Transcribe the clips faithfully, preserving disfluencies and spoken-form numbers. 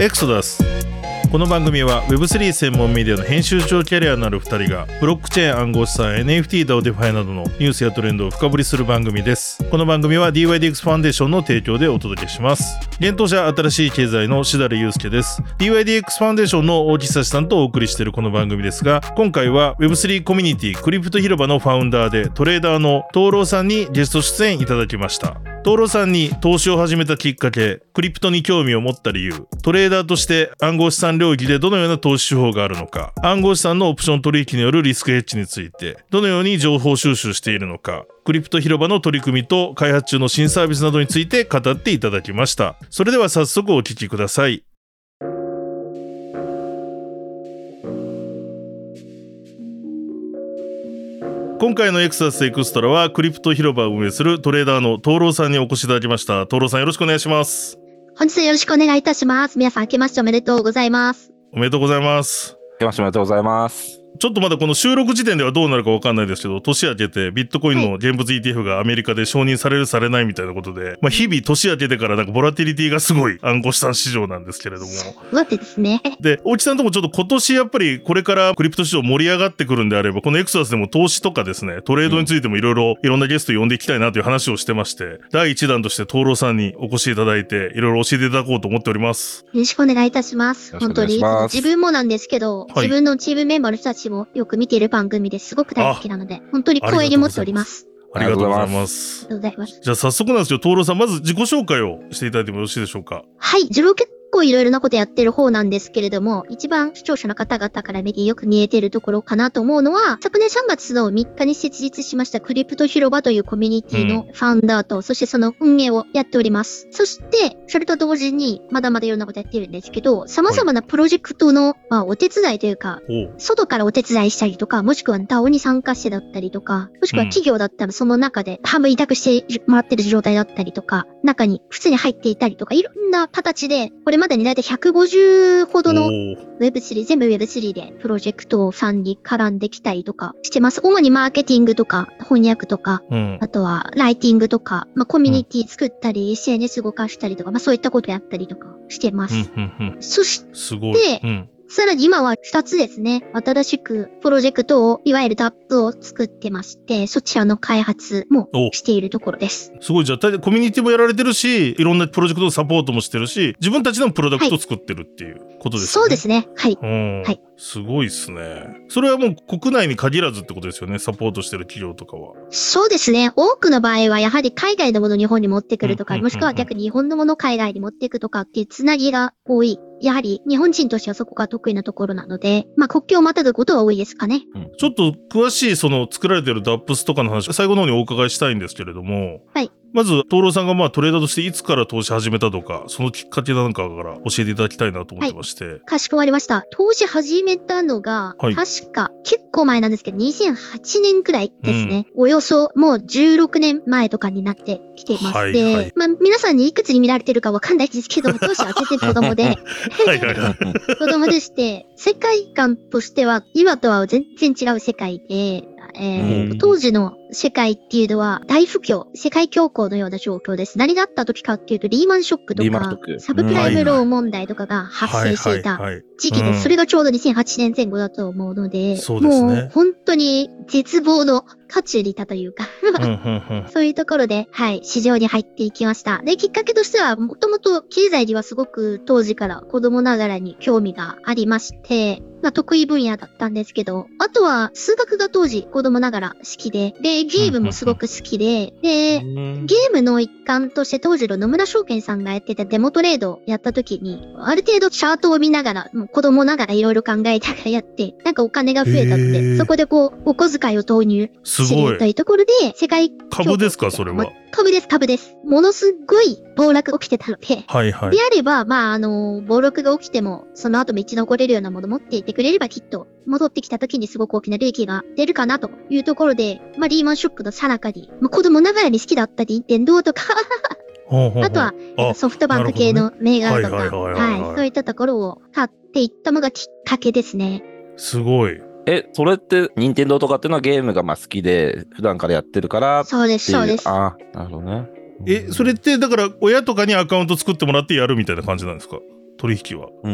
エクソダス。この番組は ウェブスリー 専門メディアの編集長キャリアのあるふたりがブロックチェーン、暗号資産、エヌエフティー、ダオ、デファイなどのニュースやトレンドを深掘りする番組です。この番組は ディーワイディーエックス ファンデーションの提供でお届けします。現当社新しい経済のしだれゆうすけです。 ディーワイディーエックス ファンデーションの大木久志さんとお送りしているこの番組ですが、今回は ウェブスリー コミュニティクリプト広場のファウンダーでトレーダーの東郎さんにゲスト出演いただきました。東郎さんに投資を始めたきっかけ、クリプトに興味を持った理由、トレーダーとして暗号資産領域でどのような投資手法があるのか、暗号資産のオプション取引によるリスクヘッジについてどのように情報収集しているのか、クリプト広場の取り組みと開発中の新サービスなどについて語っていただきました。それでは早速お聞きください。今回のエクサスエクストラはクリプト広場を運営するトレーダーの東郎さんにお越しいただきました。東郎さん、よろしくお願いします。 本日はよろしくお願いいたします。皆さん明けましておめでとうございます。 おめでとうございます。 明けましておめでとうございます。 ちょっとまだこの収録時点ではどうなるか分かんないですけど、年明けてビットコインの現物 イーティーエフ がアメリカで承認されるされないみたいなことで、まあ、日々年明けてからなんかボラティリティがすごい暗号資産市場なんですけれども。 だってですね。 で、大木さんともちょっと今年やっぱりこれからクリプト市場盛り上がってくるんであれば、このエクソダスでも投資とかですね、トレードについてもいろいろいろんなゲスト呼んでいきたいなという話をしてまして、だいいちだんとして東郎さんにお越しいただいていろいろ教えていただこうと思っております。 よろしくお願いいたします。本当に自分もなんですけど、はい、自分のチームメンバーの人たちもよく見ている番組ですごく大好きなので、本当に光栄に思っております。 ありがとうございます。 ありがとうございます。 じゃあ早速なんですけど、東郎さん、まず自己紹介をしていただいてもよろしいでしょうか。 はい、自分結構いろいろなことやってる方なんですけれども、一番視聴者の方々から見てよく見えているところかなと思うのは、昨年さんがつのみっかに設立しましたクリプト広場というコミュニティのファウンダーと、うん、そしてその運営をやっております。そして、それと同時に、まだまだいろんなことやってるんですけど、様々なプロジェクトの、まあ、お手伝いというか、外からお手伝いしたりとか、もしくは ダオ に参加してだったりとか、もしくは企業だったらその中でハブ委託してもらってる状態だったりとか、中に普通に入っていたりとか、いろんな形で、これまでにだいたいひゃくごじゅうほどの ウェブスリー、全部 ウェブスリー でプロジェクトさんに絡んできたりとかしてます。主にマーケティングとか翻訳とか、うん、あとはライティングとか、まあ、コミュニティ作ったり、うん、エスエヌエス 動かしたりとか、まあ、そういったことやったりとかしてます。うんうんうん、そして、すごい。うんさらに今はふたつですね。新しくプロジェクトを、いわゆるダップを作ってまして、そちらの開発もしているところです。 すごい。じゃあ、コミュニティもやられてるし、いろんなプロジェクトのサポートもしてるし、自分たちのプロダクトを作ってるっていうことですね。 そうですね。はい。 はい。すごいですね。それはもう国内に限らずってことですよね。サポートしてる企業とかは。 そうですね。多くの場合はやはり海外のものを日本に持ってくるとか、もしくは逆に日本のものを海外に持っていくとかっていうつなぎが多い。やはり日本人としてはそこが得意なところなので、まあ国境をまたぐことは多いですかね。 うん、ちょっと詳しいその作られてるダップスとかの話、最後の方にお伺いしたいんですけれども。はい。まず、東郎さんがまあトレーダーとしていつから投資始めたとか、そのきっかけなんかから教えていただきたいなと思ってまして。はい、 かしこまりました。投資始めたのが、はい、確か結構前なんですけど、にせんはちねんくらいですね。うん、およそもうじゅうろくねんまえとかになってきています。はい、で、はい、まあ皆さんにいくつに見られてるかわかんないですけど、当時は全然子供で。はいはいはい、子供でして、世界観としては、今とは全然違う世界で、えー、当時の世界っていうのは大不況、世界恐慌のような状況です。何があった時かっていうと、リーマンショックとか、サブプライムローン問題とかが発生していた時期です。それがちょうどにせんはちねんぜん後だと思うので、そうですね、もう本当に絶望の渦中にいたというか、そういうところで、はい、市場に入っていきました。で、きっかけとしては、もともと経済にはすごく当時から子供ながらに興味がありまして、まあ、得意分野だったんですけど、あとは数学が当時子供ながら好きで、で、ゲームもすごく好きで、で、ゲームの一環として当時の野村証券さんがやってたデモトレードをやった時に、ある程度チャートを見ながら、もう子供ながらいろいろ考えながらやって、なんかお金が増えたので、そこでこう、お小遣いを投入するというところで、世界株ですか、それは。 株です、株です。ものすごい暴落が起きてたので、はいはい。であれば、まあ、あの、暴落が起きても、その後も生き残れるようなもの持っていてくれればきっと、戻ってきた時にすごく大きな利益が出るかなというところで、まあ、リーマンショックの最中に、まあ、子供ながらに好きだった任天堂とか、あとは、ソフトバンク系の銘柄とか、はい、そういったところを買っていったのがきっかけですね。 すごい。 え、それって、任天堂とかっていうのはゲームがまあ好きで、普段からやってるから。 そうです、そうです。 ああ、なるほどね。 え、それって、だから、親とかにアカウント作ってもらってやるみたいな感じなんですか？ 取引は。 うんうんうん。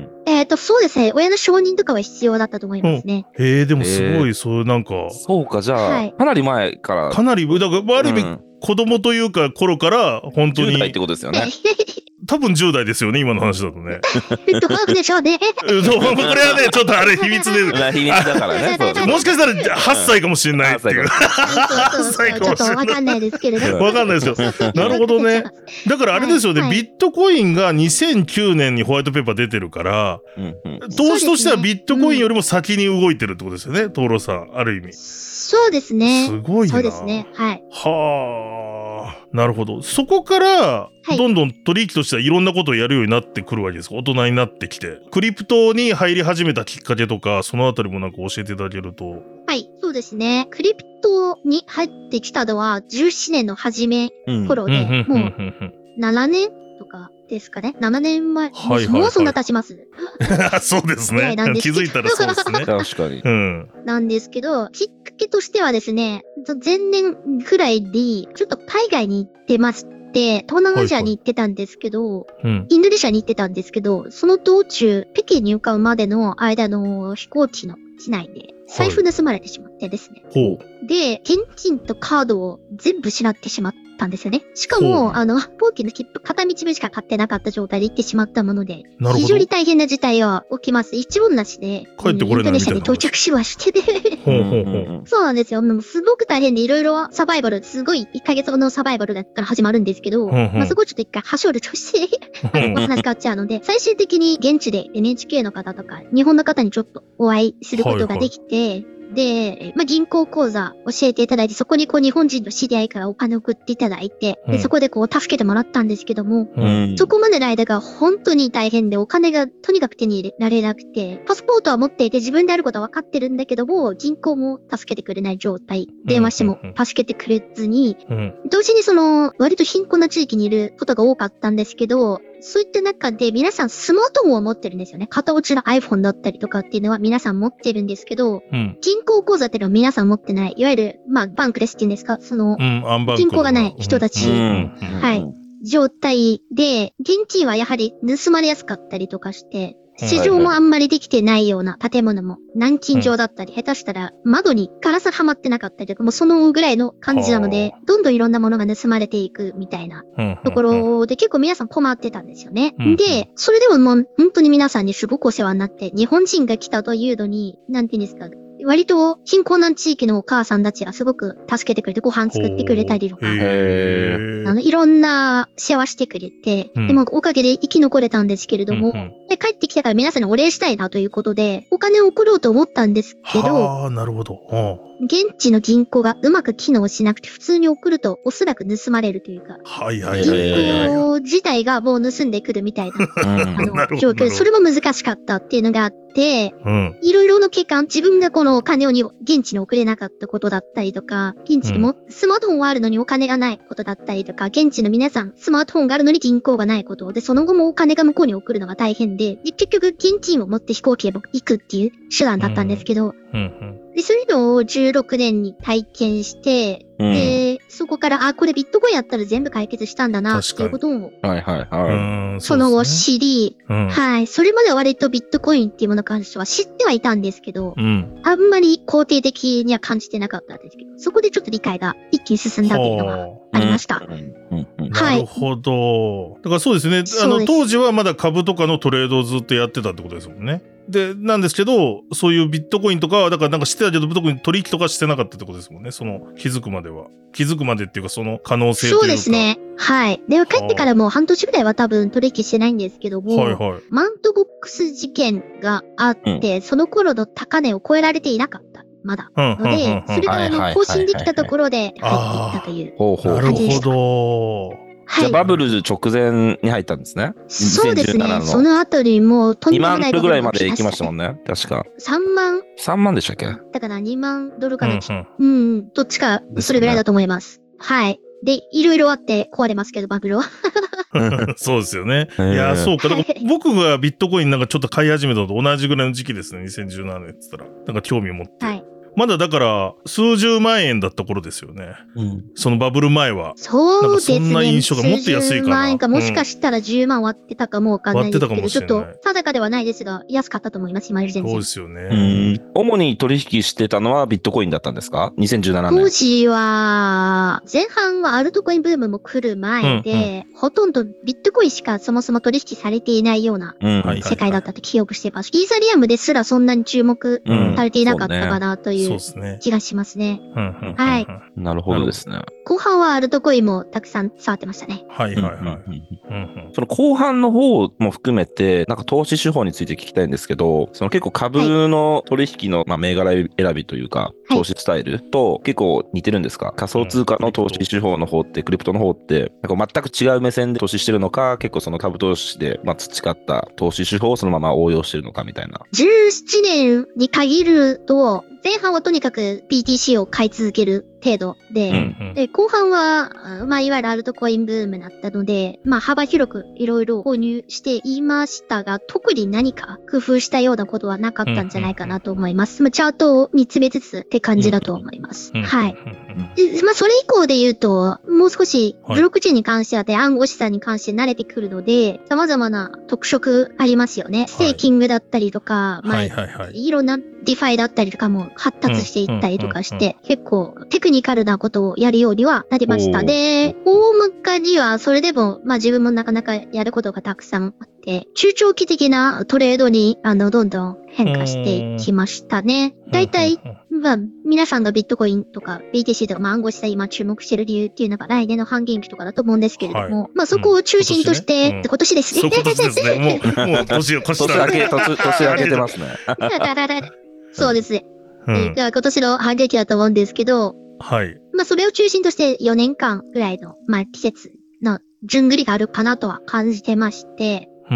えっと、そうですね。親の承認とかは必要だったと思いますね。 うん、へえ、でもすごい、そうなんか。 そうか、じゃあ、はい、かなり前から。 かなり、だから、ある意味、うん、子供というか頃から、本当に。 じゅう代ってことですよね。 多分じゅう代ですよね、今の話だとね。 どうでしょうね。 これはね、ちょっとあれ秘密で。 秘密だからね。 もしかしたらはっさいかもしれないっていう。はっさいかもしれない。 ちょっとわかんないですけれど。 わかんないですよ。なるほどね。だからあれですよね、はい、ビットコインがにせんきゅうねんにホワイトペーパー出てるから、うんうん、投資としてはビットコインよりも先に動いてるってことですよね、トーロさん、ある意味。 そうですね。 すごいな。 そうですね。はい。 はあ。なるほど。そこから、どんどん取引としてはいろんなことをやるようになってくるわけですか、大人になってきて。クリプトに入り始めたきっかけとか、そのあたりもなんか教えていただけると。 はい、そうですね。クリプトに入ってきたのはじゅうななねんの初め頃で、うん、もうななねんとかですかね。ななねんまえ。はいはいはい、もうそんな経ちます。 そうですね。気づいたらそうですね。 確かに。 うん。 なんですけど、きっかけとしてはですね、前年くらいに、ちょっと海外に行ってまして、東南アジアに行ってたんですけど、はいはい、インドネシアに行ってたんですけど、その道中、北京に向かうまでの間の飛行機の機内で、財布盗まれてしまってですね。 はい、 で、現金とカードを全部失ってしまったんですよね。しかも、あの、飛行機の切符片道分しか買ってなかった状態で行ってしまったもので、非常に大変な事態は起きます。一文なしで、 帰ってこれないみたいな。 インドネシアに到着しましてね。そうなんですよ。すごく大変で、いろいろサバイバル、すごいいっかげつのサバイバルから始まるんですけど、まあ、そこちょっと一回端折るとして、お話変わっちゃうので、最終的に現地で エヌエイチケー の方とか、日本の方にちょっとお会いすることができて、はいはい、で、まあ、銀行口座教えていただいて、そこにこう日本人の知り合いからお金を送っていただいて、でそこでこう助けてもらったんですけども、うん、そこまでの間が本当に大変で、お金がとにかく手に入れられなくて、パスポートは持っていて自分であることは分かってるんだけども、銀行も助けてくれない状態、電話しても助けてくれずに、うんうん、同時にその、割と貧困な地域にいることが多かったんですけど、そういった中で皆さんスマートフォンを持ってるんですよね。片落ちの iPhone だったりとかっていうのは皆さん持ってるんですけど、うん、銀行口座っていうのは皆さん持ってない。いわゆる、まあ、バンクレスっていうんですか、その、うん、銀行がない人たち、うん、はい、状態で、現金はやはり盗まれやすかったりとかして、市場もあんまりできてないような建物も南京錠だったり、下手したら窓にガラスはまってなかったりとか、もうそのぐらいの感じなので、どんどんいろんなものが盗まれていくみたいなところで結構皆さん困ってたんですよね。で、それでももう本当に皆さんにすごくお世話になって、日本人が来たというのに、なんていうんですか、割と貧困な地域のお母さんたちがすごく助けてくれて、ご飯作ってくれたりとか、あのいろんな世話してくれて、うん、でもおかげで生き残れたんですけれども、うんうん、で帰ってきたから皆さんにお礼したいなということで、お金を送ろうと思ったんですけど、 ああ、なるほど。 現地の銀行がうまく機能しなくて、普通に送るとおそらく盗まれるというか、 はいはいはい、 銀行自体がもう盗んでくるみたいな、あの状況で、それも難しかったっていうのがあって、いろいろの欠陥、自分がこのお金をに現地に送れなかったことだったりとか、現地にもスマートフォンはあるのにお金がないことだったりとか、現地の皆さんスマートフォンがあるのに銀行がないことで、その後もお金が向こうに送るのが大変で、で結局現金を持って飛行機へ行くっていう手段だったんですけど、うんうん、でそういうのをじゅうろくねんに体験して、うん、で、そこから、あ、これビットコインやったら全部解決したんだな、っていうことを、 はいはいはい。 その後知り、うん、はい。それまでは割とビットコインっていうものに関しては知ってはいたんですけど、うん、あんまり肯定的には感じてなかったんですけど、そこでちょっと理解が一気に進んだっていうのがありました。はい。 なるほど。だからそうですね。あの、当時はまだ株とかのトレードをずっとやってたってことですもんね。で、なんですけど、そういうビットコインとかは、だからなんかしてたけど、特に取引とかしてなかったってことですもんね。その、気づくまでは。気づくまでっていうか、その可能性というか。 そうですね。はい。で、帰ってからもう半年ぐらいは多分取引してないんですけども、はいはい、マウントボックス事件があって、うん、その頃の高値を超えられていなかった。まだ。ので、それがあの、更新できたところで入っていったという感じでした。 なるほど。 はい、じゃあバブル直前に入ったんですね。 そうですね。そのあたりもとんでもないにまんドルぐらいまで行きましたもんね。確か。 さんまん。 さんまんでしたっけ？ だからにまんドルかな。うん、うん、どっちか、それぐらいだと思います。ね、はい。で、いろいろあって壊れますけど、バブルは。 そうですよね。いや、そうか。だから僕がビットコインなんかちょっと買い始めたのと同じぐらいの時期ですね。にせんじゅうななねんって言ったら。なんか興味を持って。はい。 まだだから数十万円だった頃ですよね。 うん、 そのバブル前は。 そうですね。 そんな印象がもっと安いかな。 数十万円か、もしかしたらじゅうまん割ってたかもわかんないですけど、 割ってたかもしれない。 ちょっと定かではないですが、安かったと思います、今より全然。 そうですよね。 うん。主に取引してたのはビットコインだったんですか ?にせんじゅうななねん。 当時は、前半はアルトコインブームも来る前で、うんうん、ほとんどビットコインしかそもそも取引されていないような世界だったって記憶しています。イーサリアムですらそんなに注目されていなかったかなという気がしますね。はい。 なるほどですね。 後半はアルトコインもたくさん触ってましたね。 はいはいはい。 その後半の方も含めて、なんか投資手法について聞きたいんですけど、その結構株の取引の、まあ、銘柄選びというか、投資スタイルと結構似てるんですか？仮想通貨の投資手法の方って、クリプトの方って、なんか全く違う目線で投資してるのか、結構その株投資で、まあ、培った投資手法をそのまま応用してるのかみたいな。 じゅうななねんに限ると、前半はとにかく ピーティーシー を買い続ける程度で、うんうん、で後半は、まあ、いわゆるアルトコインブームだったので、まあ、幅広くいろいろ購入していましたが、特に何か工夫したようなことはなかったんじゃないかなと思います。まあ、チャートを見つめつつって感じだと思います。うんうん、はい。で、まあ、それ以降で言うと、もう少しブロックチェーンに関してはで暗号資産に関して慣れてくるので、様々な特色ありますよね。ステーキングだったりとか、まあ、はいはいはい、いろんなディファイだったりとかも発達していったりとかして、結構テクニカルなことをやるようにはなりました。で、大昔はそれでも、まあ自分もなかなかやることがたくさんあって、中長期的なトレードに、あの、どんどん変化していきましたね。だいたい、まあ、皆さんのビットコインとか ビーティーシー とか、まあ暗号資産今注目してる理由っていうのが来年の半減期とかだと思うんですけれども、はい、まあそこを中心として、うん、今年ですね。 今年ですね。もう、もう年を越した。 年明け、年、年明けてますね。 そうですね。うん、今年の反撃だと思うんですけど、 はい。 まあそれを中心としてよねんかんぐらいの、まあ季節の順繰りがあるかなとは感じてまして、 うん、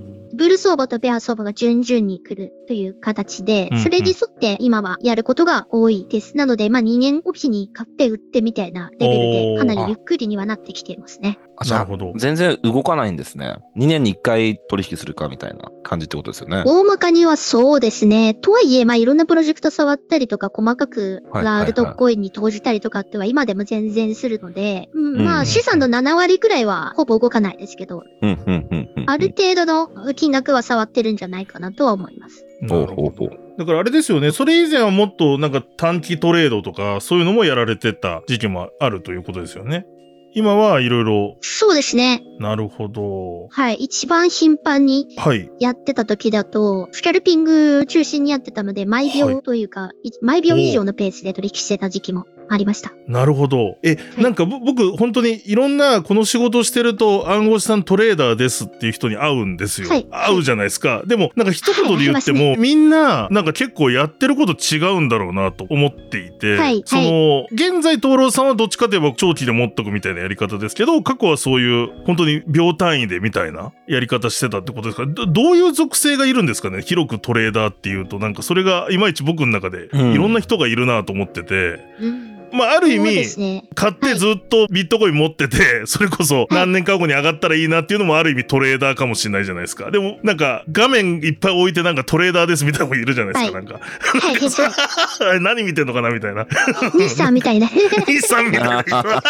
ブル相場とベア相場が順々に来るという形で、それに沿って今はやることが多いです。なので、まあにねんおきに買って売ってみたいなレベルでかなりゆっくりにはなってきていますね。 あ、なるほど。全然動かないんですね。にねんにいっかい取引するかみたいな感じってことですよね。 大まかにはそうですね。とはいえ、まあいろんなプロジェクト触ったりとか、細かくラールドコインに投じたりとかっては今でも全然するので、うん、まあ資産のななわりくらいはほぼ動かないですけど、ある程度の金額は触ってるんじゃないかなとは思います。 なるほど。だからあれですよね。それ以前はもっとなんか短期トレードとかそういうのもやられてた時期もあるということですよね。今はいろいろ。 そうですね。 なるほど。 はい。一番頻繁にやってた時だと、はい、スキャルピング中心にやってたので、毎秒というか、はい、毎秒以上のペースで取引してた時期もありました。 なるほど。え、はい、なんか僕、本当にいろんなこの仕事してると暗号資産トレーダーですっていう人に会うんですよ。はい、会うじゃないですか。でも、なんか一言で言っても、はい、みんな、なんか結構やってること違うんだろうなと思っていて、はい、その、現在、東郎さんはどっちかといえば長期で持っとくみたいなやり方ですけど、過去はそういう本当に秒単位でみたいなやり方してたってことですか？ ど, どういう属性がいるんですかね？広くトレーダーっていうと、なんかそれがいまいち僕の中でいろんな人がいるなと思ってて、うんまあ、ある意味、ね、買ってずっとビットコイン持ってて、はい、それこそ何年か後に上がったらいいなっていうのもある意味トレーダーかもしれないじゃないですか。でも、なんか、画面いっぱい置いてなんかトレーダーですみたいなのもいるじゃないですか、はい、なんか。はい、はい、何見てんのかなみたいな。 日産みたいな。 日産みたいな。だから、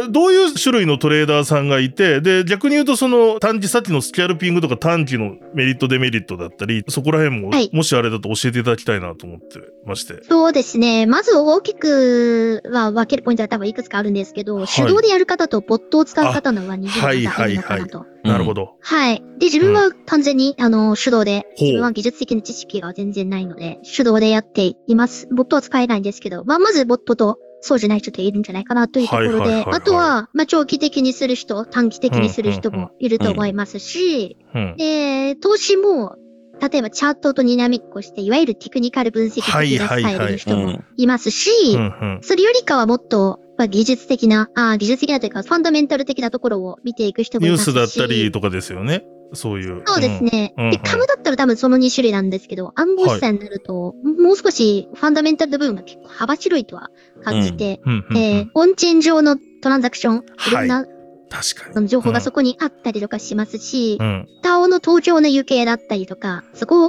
どういう種類のトレーダーさんがいて、で、逆に言うとその短期、さっきのスキャルピングとか短期のメリット、デメリットだったり、そこら辺も、はい、もしあれだと教えていただきたいなと思ってまして。 そうですね。まず大きくは分けるポイントは多分いくつかあるんですけど、はい、手動でやる方とボットを使う方のはにじゅうパターンあるのかなと。 なるほど。 はい。で、自分は完全に、うん、あの、手動で、自分は技術的な知識が全然ないので、手動でやっています。ボットは使えないんですけど、まあ、まずボットと、そうじゃない人っているんじゃないかなというところで、はいはいはいはい、あとは、まあ、長期的にする人、短期的にする人もいると思いますし、うんうんうん、で、投資も、例えばチャートとニナミックをして、いわゆるテクニカル分析的なスタイルの人もいますし、それよりかはもっと、まあ、技術的な、あ技術的なというか、ファンダメンタル的なところを見ていく人もいますし。 ニュースだったりとかですよね。そういう。 そうですね。うん、で、株だったら多分そのに種類なんですけど、暗号資産になると、はい、もう少しファンダメンタルの部分が結構幅広いとは感じて、うんうんうんうん、えー、オンチェーン上のトランザクション、いろんな、はい確かに。 情報がそこにあったりとかしますし、うん、ダオ の登場の行方だったりとか、そこを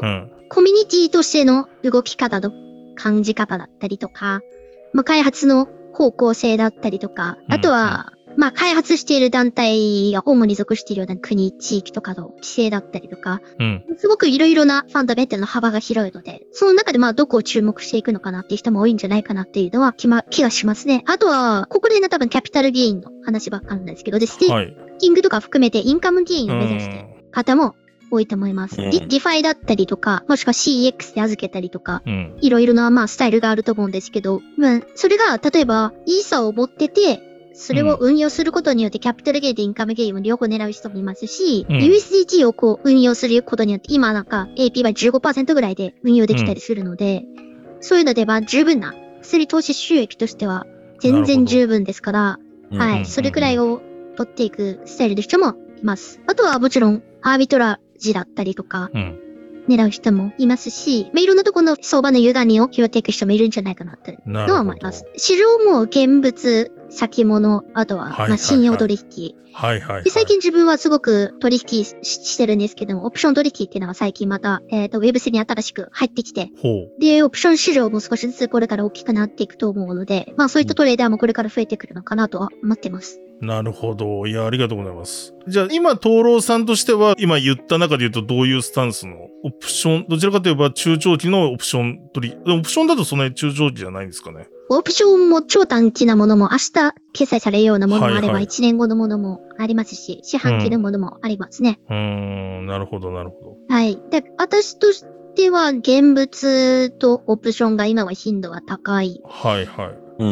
コミュニティとしての動き方の感じ方だったりとか、まあ、開発の方向性だったりとか、あとは、うんうん、まあ、開発している団体が主に属しているような国、地域とかの規制だったりとか、うん、すごくいろいろなファンダメンタルの幅が広いので、その中でまあ、どこを注目していくのかなっていう人も多いんじゃないかなっていうのは気,、ま、気がしますね。あとは、ここでね、多分キャピタルゲインの話ばっかりなんですけど、で、ステーキングとか含めてインカムゲインを目指している方も多いと思います。うん、ディファイだったりとか、もしくは シーエックス で預けたりとか、いろいろなまあ、スタイルがあると思うんですけど、まあ、それが、例えば、イーサを持ってて、それを運用することによってキャピタルゲインとインカムゲインを両方狙う人もいますし、うん、ユーエスディーティー をこう運用することによって今なんか エーピー は じゅうごパーセント ぐらいで運用できたりするので、うん、そういうのでは十分な、普通に投資収益としては全然十分ですから、はい、それくらいを取っていくスタイルの人もいます。あとはもちろんアービトラージだったりとか、うん狙う人もいますし、まあ、いろんなところの相場の歪みを拾っていく人もいるんじゃないかなというのは思います。市場も現物、先物、あとは、まあ、信用取引。 はいはいはい。 で、最近自分はすごく取引 し, してるんですけども、オプション取引っていうのが最近また、えっ、ー、と、ウェブスリー に新しく入ってきて、ほうで、オプション市場も少しずつこれから大きくなっていくと思うので、まあそういったトレーダーもこれから増えてくるのかなとは思ってます。 なるほど。いや、ありがとうございます。じゃあ、今、灯籠さんとしては、今言った中で言うと、どういうスタンスのオプション、どちらかといえば中長期のオプション取り、オプションだとそんなに中長期じゃないんですかね。 オプションも超短期なものも、明日決済されるようなものもあれば、はいはい、いちねんごのものもありますし、四半期のものもありますね。 うん、うーんなるほど、なるほど。 はい。で、私としては、現物とオプションが今は頻度が高い。 はいはい。うん。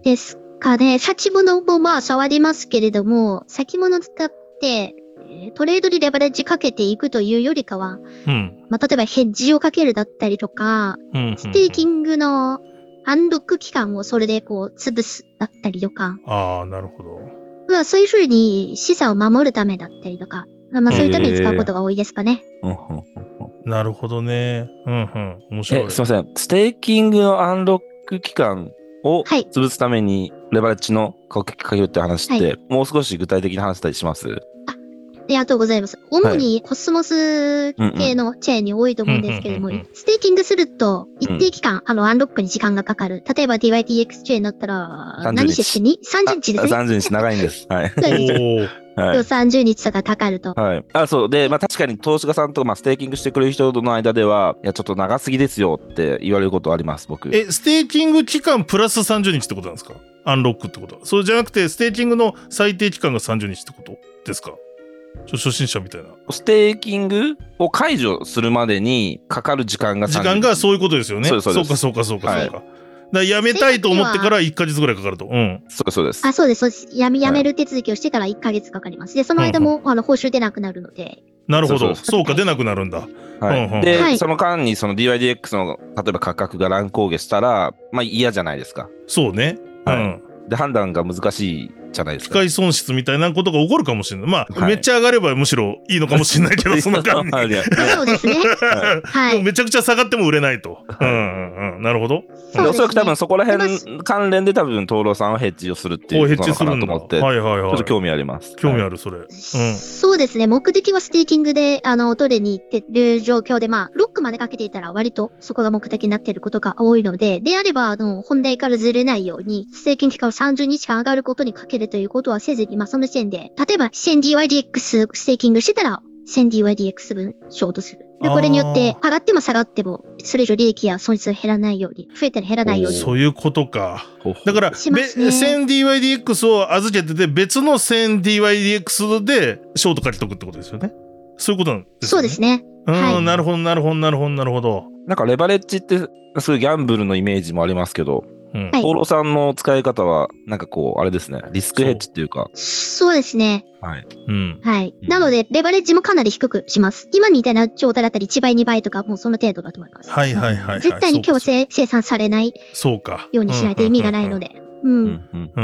です。かね、先物もまあ触りますけれども、先物使ってトレードにレバレッジかけていくというよりかは、うん、まあ例えばヘッジをかけるだったりとか、うんうんうん、ステーキングのアンロック期間をそれでこう潰すだったりとか、 ああなるほど。 まあそういう風に資産を守るためだったりとか、まあそういうために使うことが多いですかね。 えー、なるほどね。うんうん。面白い。 え、すいません。ステーキングのアンロック期間を潰すためにレバレッジのかけるって話って、はい、もう少し具体的に話したりします？ あ、ありがとうございます。主にコスモス系のチェーンに多いと思うんですけれども、うんうん、ステーキングすると一定期間、うん、あの、アンロックに時間がかかる。例えば ディーワイディーエックス チェーンだったら、何日に さんじゅうにちですね。 さんじゅうにち長いんです。はい。 はい、さんじゅうにちとかかかると。 はい。あ、そう。で、まあ確かに投資家さんとか、まあステーキングしてくれる人の間では、いや、ちょっと長すぎですよって言われることあります、僕。 え、ステーキング期間プラスさんじゅうにちってことなんですか？アンロックってことは。それじゃなくて、ステーキングの最低期間がさんじゅうにちってことですか？ちょ初心者みたいな。 ステーキングを解除するまでにかかる時間がさんじゅうにち。時間がそういうことですよね。そうそうかそうかそうかそうか。はいだやめたいと思ってからいっかげつぐらいかかると。うん。 そうそうです。 あ、そうです、そうです。やめ、やめる手続きをしてからいっかげつかかります。で、その間も、うんうん、あの、報酬出なくなるので。 なるほど。そうそうそうか、出なくなるんだ。 はい。うんうん、で、はい、その間に、その ディーワイディーエックス の、例えば価格が乱高下したら、まあ嫌じゃないですか。 そうね。 はい。うん、で、判断が難しい。じゃないですか。 機械損失みたいなことが起こるかもしれない。まあ、はい、めっちゃ上がればむしろいいのかもしれないけど、その間に。 そうですね。はい。 めちゃくちゃ下がっても売れないと。はい、うんうんうん。なるほど。 でおそらく多分そこら辺関連で多分、灯籠さんはヘッジをするっていうことなのかなと思って、はいはいはい。ちょっと興味あります。 興味ある、それ。うん。 そうですね。目的はステーキングで、あの、取りに行ってる状況で、まあ、ロックまでかけていたら割とそこが目的になっていることが多いので、であれば、あの、本題からずれないように、ステーキング期間をさんじゅうにちかん上がることにかけるということはせずに、まあ、その時点で、例えば せんディーワイディーエックス ステーキングしてたら、せんディーワイディーエックス 分ショートする。で、これによって、上がっても下がっても、それ以上利益や損失が減らないように、増えたり減らないように。 そういうことか。だから、ね、せんディーワイディーエックス を預けてて、別の せんディーワイディーエックス でショート借りとくってことですよね。そういうことなんですね。 そうですね。 うん、はい、なるほど、なるほど、なるほど、なるほど。 なんかレバレッジって、すごいギャンブルのイメージもありますけど、灯籠さんの使い方は、なんかこう、あれですね、リスクヘッジっていうか。 そうですね。 はい。 うん。 はい。なので、レバレッジもかなり低くします。今みたいな状態だったり、いちばい、にばいとか、もうその程度だと思います。 はいはいはい、はい。 絶対に強制生産されないそうか。 ようにしないと意味がないので。うん。うん。 うん。うん。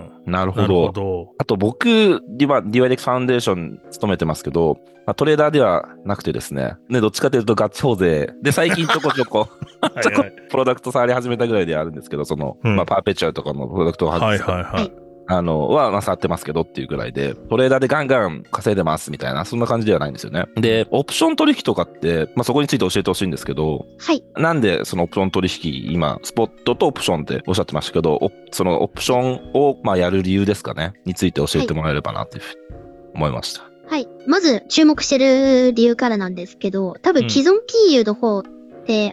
なるほど。なるほど。あと僕、ディワ、ディワイデックスファウンデーション勤めてますけど、まあ、トレーダーではなくてですね、ね、どっちかというとガチ法税で、最近ちょこちょこ、ちょこプロダクト触り始めたぐらいであるんですけど、その、うん、まあ、パーペチュアルとかのプロダクトを始めた。はいはいはい。 あの、は、まあ、触ってますけどっていうぐらいで、トレーダーでガンガン稼いでますみたいな、そんな感じではないんですよね。で、オプション取引とかって、まあ、そこについて教えてほしいんですけど、 はい。 なんでそのオプション取引、今、スポットとオプションっておっしゃってましたけど、そのオプションを、まあ、やる理由ですかね、について教えてもらえればなというふうに思いました。 はい。まず、注目してる理由からなんですけど、多分既存金融の方って、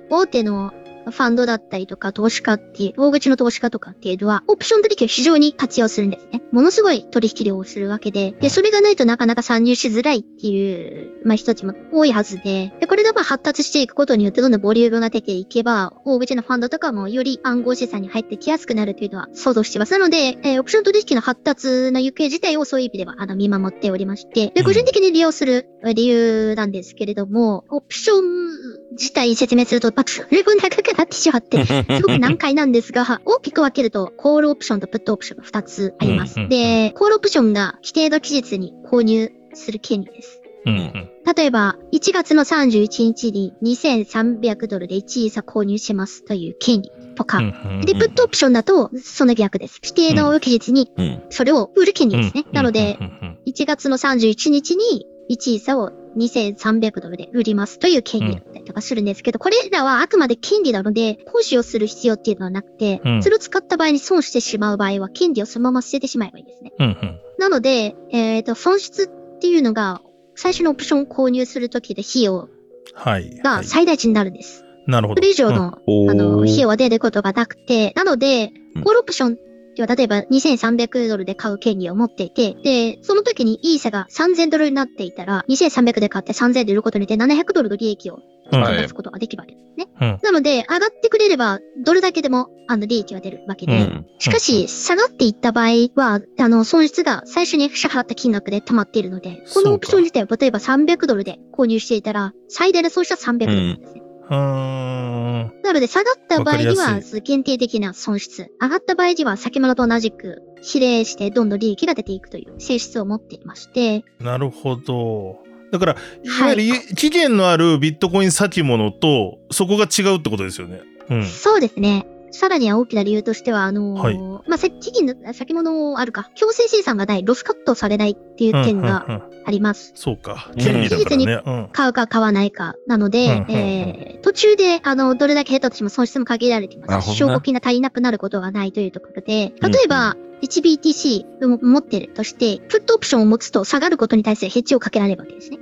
大手のファンドだったりとか、投資家っていう、大口の投資家とかっていうのは、オプション取引を非常に活用するんですね。ものすごい取引量をするわけで、で、それがないとなかなか参入しづらいっていう、まあ、人たちも多いはずで、で、これがまあ発達していくことによってどんどんボリュームが出ていけば、大口のファンドとかもより暗号資産に入ってきやすくなるというのは想像してます。なので、えー、オプション取引の発達の行方自体をそういう意味では、あの、見守っておりまして、で、個人的に利用する理由なんですけれども、オプション自体説明すると、まあ、それ分長くなってしまって、すごく難解なんですが、大きく分けると、コールオプションとプットオプションがふたつあります。で、コールオプションが規定の期日に購入する権利です。 うんうん、 例えば、いちがつのさんじゅういちにちににせんさんびゃくドルでいちイーサ購入しますという権利とか、で、プットオプションだとその逆です。規定の期日にそれを売る権利ですね。なので、いちがつのさんじゅういちにちにいちイーサをにせんさんびゃくドルで売りますという権利だったりとかするんですけど、これらはあくまで権利なので、行使をする必要っていうのはなくて、それを使った場合に損してしまう場合は、権利をそのまま捨ててしまえばいいですね。なので、えっと、損失っていうのが、最初のオプションを購入するときで費用が最大値になるんです。 なるほど。 それ以上の、うん、あの、費用は出ることがなくて、なので、コールオプションでは例えばにせんさんびゃくドルで買う権利を持っていて、で、その時にイーサがさんぜんドルになっていたら、にせんさんびゃくで買ってさんぜんで売ることによってななひゃくドルの利益を出すことができるわけですね。はい、なので、上がってくれれば、どれだけでも、あの、利益は出るわけで、うん、しかし、下がっていった場合は、あの、損失が最初に支払った金額で溜まっているので、このオプション自体は例えばさんびゃくドルで購入していたら、最大の損失はさんびゃくドルなんですね。うん、なので、下がった場合には、限定的な損失。上がった場合には、先物と同じく、比例して、どんどん利益が出ていくという性質を持っていまして。 なるほど。だから、いわゆる、はい、期限のあるビットコイン先物と、そこが違うってことですよね。 うん、そうですね。さらには大きな理由としては、あのー、はい、まあ、期限の先物あるか、強制生産がない、ロスカットされないっていう点があります。 うんうんうん、そうか。権利だからね。期日に買うか買わないか。なので、うんうんうん、えー、途中で、あの、どれだけ減ったとしても損失も限られています。証拠金が足りなくなることがないというところで、例えば、うんうん、いちビーティーシー を持ってるとして、プットオプションを持つと下がることに対するヘッジをかけられるわけですね。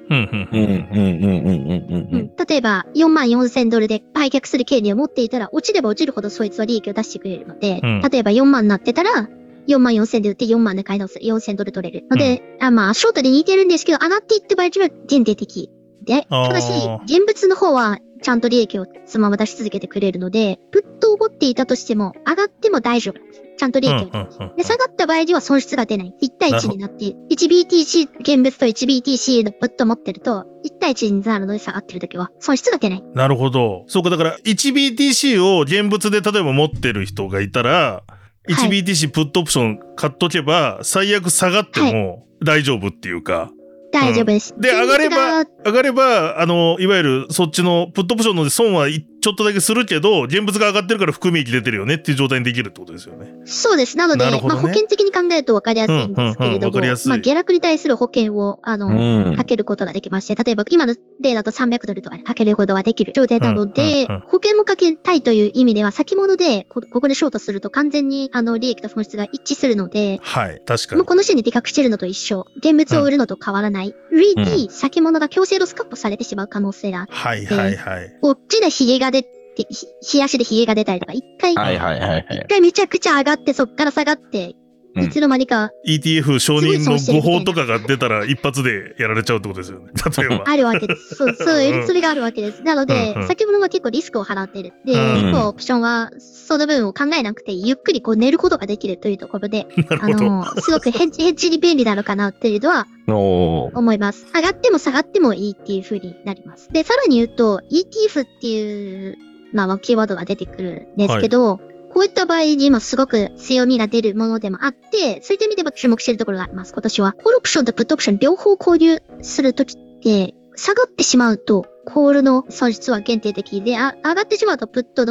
例えば、よんまんよんせんドルで売却する権利を持っていたら、落ちれば落ちるほどそいつは利益を出してくれるので、うん、例えばよんまんになってたら、よんまんよんせんで売ってよんまんで買い直す。よんせんドル取れる。ので、うん、あまあ、ショートで似てるんですけど、上がっていって場合は限定的で、ただし、現物の方は、ちゃんと利益をそのまま出し続けてくれるので、プットを持っていたとしても、上がっても大丈夫なんです。ちゃんと利益を出ます。で、下がった場合には損失が出ない。いち対いちになって、いちビーティーシー 現物と いちビーティーシー のプット持ってると、いち対いちになるので下がってるときは損失が出ない。 なるほど。そうか、だから いちビーティーシー を現物で例えば持ってる人がいたら、いちビーティーシー プットオプション買っとけば、最悪下がっても大丈夫っていうか。はい大丈夫です。 うん、で、上がれば、上がれば、あの、いわゆるそっちのプットオプションの損はちょっとだけするけど、現物が上がってるから含み益出てるよねっていう状態にできるってことですよね。 そうです。なので、ね、まあ保険的に考えると分かりやすいんですけれども、うんうんうん、まあ下落に対する保険を、あの、うん、かけることができまして、例えば今の例だとさんびゃくドルとかかけることができる状態なので、うんうんうん、保険もかけたいという意味では、先物でこ、ここでショートすると完全にあの利益と損失が一致するので、 はい、確かに。 もうこの時点で比較してるのと一緒。現物を売るのと変わらない。うん、リーに先物が強制ロスカットされてしまう可能性があって、 はいはいはい。 大きなヒゲが出て、冷やしでヒゲが出たりとか、一回、 はいはいはいはい、 一回めちゃくちゃ上がって、そっから下がって、いつの間にか、 うん、イーティーエフ 承認の誤報とかが出たら一発でやられちゃうってことですよね。例えば。 あるわけです。そう、そう、それがあるわけです。なので、うんうん、先物は結構リスクを払ってる。で、うん、結構オプションは、その分を考えなくて、ゆっくりこう寝ることができるというところで、あの、すごくヘッジ、ヘッジに便利なのかなっていうのは、思います。上がっても下がってもいいっていう風になります。で、さらに言うと、イーティーエフ っていう、まあ、キーワードが出てくるんですけど、はい、こういった場合に今すごく強みが出るものでもあって、そういった意味でも注目しているところがあります。今年は。コールオプションとプットオプション両方購入するときって、下がってしまうと、コールの損失は限定的で、あ上がってしまうとプットの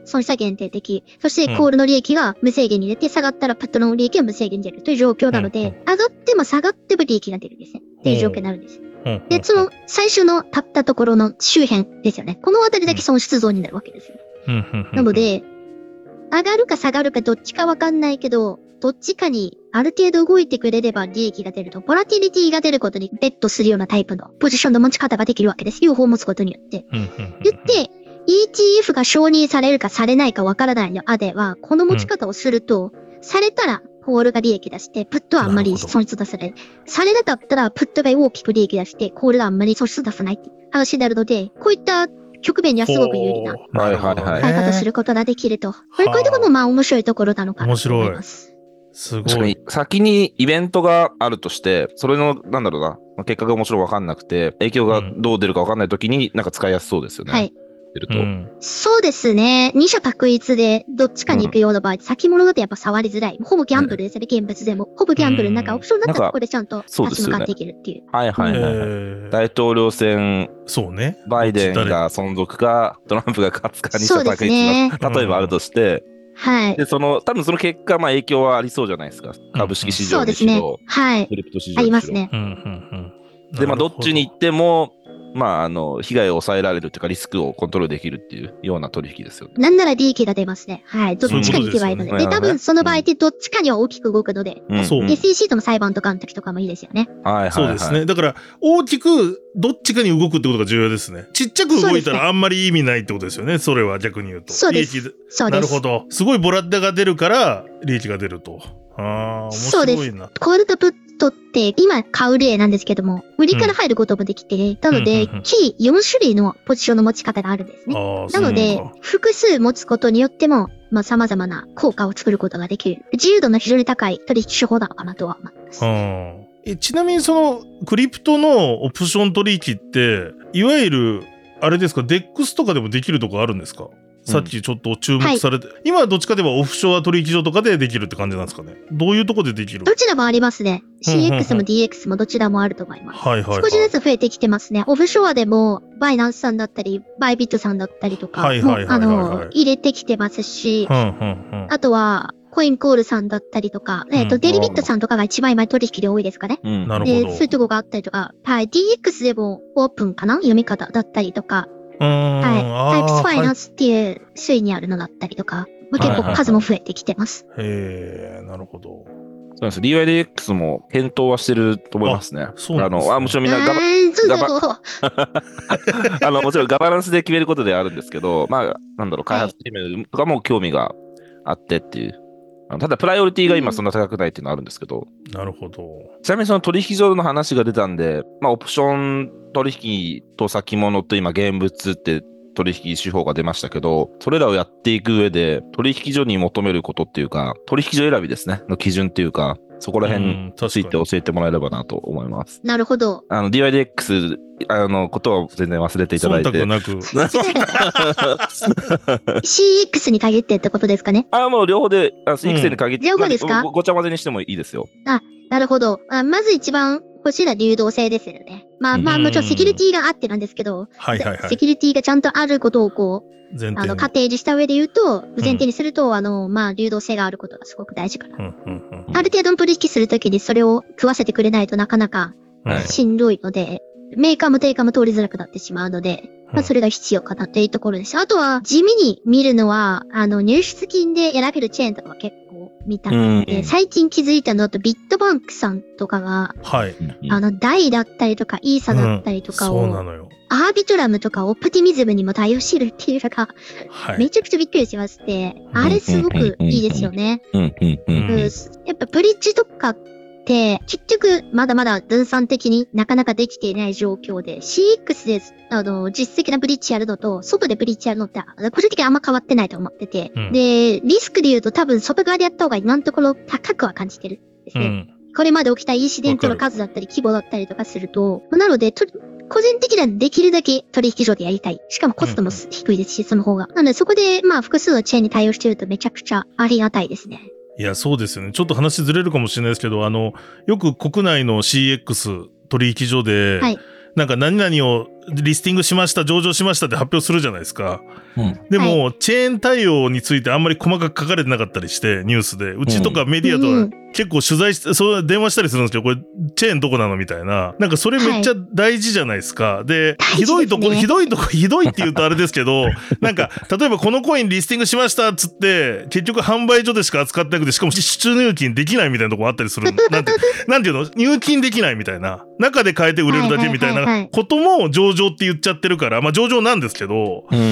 損失は限定的。そしてコールの利益が無制限に出て、下がったらプットの利益は無制限に出るという状況なので、上がっても下がっても利益が出るんですね。っていう状況になるんです。で、その最初の立ったところの周辺ですよね。このあたりだけ損失増になるわけですよ。なので、上がるか下がるかどっちかわかんないけど、どっちかにある程度動いてくれれば利益が出ると、ボラティリティが出ることにベットするようなタイプのポジションの持ち方ができるわけです。両方持つことによって。言って、イーティーエフ が承認されるかされないかわからないのあでは、この持ち方をすると、されたら、コールが利益出して、プットはあんまり損失出さない。されなかったら、プットが大きく利益出して、コールがあんまり損失出さないって話になるので、こういった局面にはすごく有利な買い方することができると。これ、こういうところもまあ面白いところなのかなと思います。 すごい。 先にイベントがあるとして、それの、なんだろうな、結果がもちろんわかんなくて、影響がどう出るかわかんないときに、なんか使いやすそうですよね。はい。 うん、そうですね。二者択一でどっちかに行くような場合、うん、先物だとやっぱ触りづらい。ほぼギャンブルですよね、現物でも。ほぼギャンブルの中、オプションだったらここでちゃんと立ち向かっていけるっていう。うね、 はいはいはい、はい。大統領選、 そうね。 バイデンが存続か、トランプが勝つかに者択一が、ね、例えばあるとして、 はい。 で、その、多分その結果、まあ影響はありそうじゃないですか。株式市場にしろ、 そうですね。はい。 クリプト市場にしろ。 ありますね。 うんうんうん、 で、まあどっちに行っても、まあ、あの、被害を抑えられるというか、リスクをコントロールできるっていうような取引ですよね。 なんなら利益が出ますね。はい。どっちかに行けばいいので。で, で、多分その場合ってどっちかには大きく動くので、うん、エスイーシー との裁判とかの時とかもいいですよね。 はいはい、はい。 そうですね。だから、大きくどっちかに動くってことが重要ですね。ちっちゃく動いたらあんまり意味ないってことですよね。それは逆に言うと。 そうです。 利益そうです。 なるほど。すごいボラテが出るから、利益が出ると。ああ、面白いな。そうです。 コールとプットって、今買う例なんですけども、売りから入ることもできて、うん、なので、計よん種類のポジションの持ち方があるんですね。なので、複数持つことによっても、まあ、様々な効果を作ることができる。自由度の非常に高い取引手法なのかなとは思います。 えちなみにその、クリプトのオプション取引って、いわゆる、あれですか、デックスとかでもできるとこあるんですか？さっきちょっと注目されて、うんはい、今はどっちかといえばオフショア取引所とかでできるって感じなんですかね。どういうとこでできる？ どちらもありますね。シーエックス も ディーエックス もどちらもあると思います。はいはいはい。少しずつ増えてきてますね。オフショアでも、バイナンスさんだったり、バイビットさんだったりとか、はいはいはいはい、はい、あの、入れてきてますし、うんうんうん、あとは、コインコールさんだったりとか、えっ、ー、と、うん、デリビットさんとかが一番今取引で多いですかね。うん、なるほど。で、そういうとこがあったりとか、はい、ディーエックス でもオープンかな読み方だったりとか、はい。タイプスファイナンスっていう種類にあるのだったりとか、まあ、結構数も増えてきてます。 はいはいはい、へー、なるほど。 そうなんです。ディーワイディーエックス も検討はしてると思いますね。 そうなんですね。 あの、あ、もちろんみんなガバ、ガバあの、もちろんガバナンスで決めることではあるんですけど、まあ、なんだろう、開発チームとかも興味があってっていう。ただ、プライオリティが今そんな高くないっていうのはあるんですけど。 うん、なるほど。 ちなみにその取引所の話が出たんで、まあ、オプション取引と先物と今現物って取引手法が出ましたけど、それらをやっていく上で、取引所に求めることっていうか、取引所選びですね、の基準っていうか、そこら辺について教えてもらえればなと思います。 なるほど。 あの、ディーワイディーエックス、あの、ことは全然忘れていただいて。 忖度なく。 シーエックス に限ってってことですかね。 あ、もう両方で、あ シーエックス に限って。 両方ですか？ ご, ごちゃ混ぜにしてもいいですよ。 あ、なるほど。あ、まず一番、こちら流動性ですよね。まあまあ、もちろんセキュリティがあってなんですけど、はいはいはい。セキュリティがちゃんとあることをこう、あの、仮定示した上で言うと、前提にすると、うん、あの、まあ、流動性があることがすごく大事かな。うんうんうん、ある程度の取引するときにそれを食わせてくれないとなかなかしんどいので、はい、メーカーも定価も通りづらくなってしまうので、まあ、それが必要かなっていうところです。あとは、地味に見るのは、あの、入出金で選べるチェーンとかは結構見たので、うん、最近気づいたのと、ビットバンクさんとかが、はい。あの、ダイだったりとか、イーサだったりとかを、うん、そうなのよ。アービトラムとかオプティミズムにも対応してるっていうのが、はい、めちゃくちゃびっくりしまして、あれすごくいいですよね。やっぱブリッジとかって、結局まだまだ分散的になかなかできていない状況で、シーエックス で、あの、実績なブリッジやるのと、外でブリッジやるのって、個人的にあんま変わってないと思ってて、うん、で、リスクで言うと多分外側でやった方が今のところ高くは感じてるんですね。うん、これまで起きたインシデントの数だったり規模だったりとかすると、なので、と個人的にはできるだけ取引所でやりたい。しかもコストも低いですし、うん、その方が。なのでそこで、まあ複数のチェーンに対応してるとめちゃくちゃありがたいですね。 いや、そうですよね。ちょっと話ずれるかもしれないですけど、あの、よく国内の シーエックス 取引所で、はい、 なんか何々をリスティングしました、上場しましたって発表するじゃないですか。うん、でも、はい、チェーン対応についてあんまり細かく書かれてなかったりして、ニュースで。うちとかメディアとか結構取材して、そう電話したりするんですけど、これチェーンどこなのみたいな。なんかそれめっちゃ大事じゃないですか。はい、で、ひどいとこ、ひどいとこ、ひどいって言うとあれですけど、なんか、例えばこのコインリスティングしましたっつって、結局販売所でしか扱ってなくて、しかも出入金できないみたいなとこあったりする。なんて、なんていうの入金できないみたいな。中で変えて売れるだけみたいなことも上場って言っちゃってるから、まあ上場なんですけど。 うん。